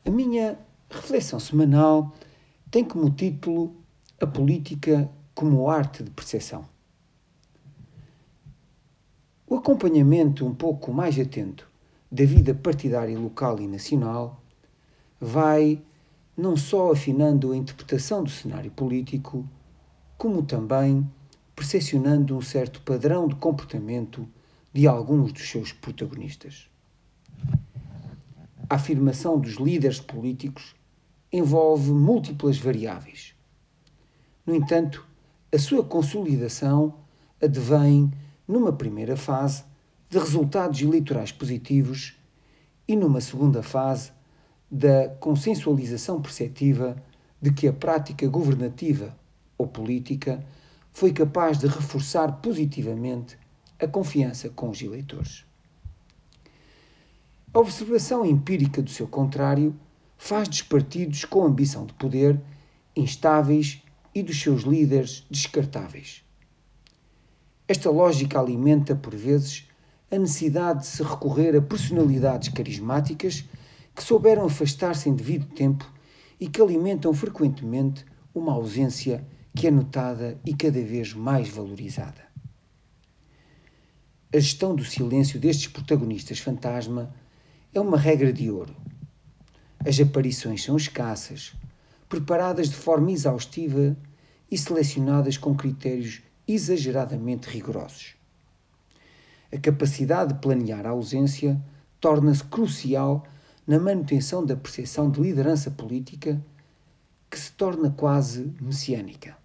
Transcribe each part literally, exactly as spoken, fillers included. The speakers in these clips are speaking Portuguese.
A minha reflexão semanal tem como título A Política como Arte de Percepção. O acompanhamento um pouco mais atento da vida partidária local e nacional vai não só afinando a interpretação do cenário político, como também percepcionando um certo padrão de comportamento de alguns dos seus protagonistas. A afirmação dos líderes políticos envolve múltiplas variáveis. No entanto, a sua consolidação advém, numa primeira fase, de resultados eleitorais positivos e, numa segunda fase, da consensualização perceptiva de que a prática governativa ou política foi capaz de reforçar positivamente a confiança com os eleitores. A observação empírica do seu contrário faz dos partidos com ambição de poder instáveis e dos seus líderes descartáveis. Esta lógica alimenta, por vezes, a necessidade de se recorrer a personalidades carismáticas que souberam afastar-se em devido tempo e que alimentam frequentemente uma ausência que é notada e cada vez mais valorizada. A gestão do silêncio destes protagonistas fantasma é uma regra de ouro. As aparições são escassas, preparadas de forma exaustiva e selecionadas com critérios exageradamente rigorosos. A capacidade de planear a ausência torna-se crucial na manutenção da percepção de liderança política, que se torna quase messiânica.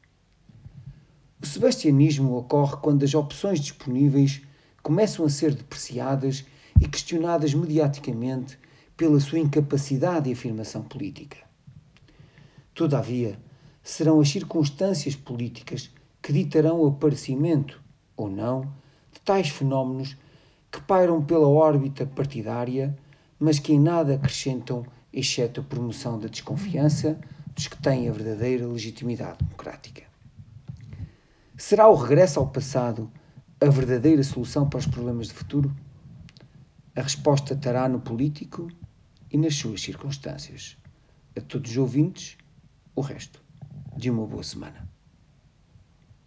O sebastianismo ocorre quando as opções disponíveis começam a ser depreciadas e questionadas mediaticamente pela sua incapacidade de afirmação política. Todavia, serão as circunstâncias políticas que ditarão o aparecimento, ou não, de tais fenómenos que pairam pela órbita partidária, mas que em nada acrescentam, exceto a promoção da desconfiança dos que têm a verdadeira legitimidade democrática. Será o regresso ao passado a verdadeira solução para os problemas de futuro? A resposta estará no político e nas suas circunstâncias. A todos os ouvintes, o resto de uma boa semana.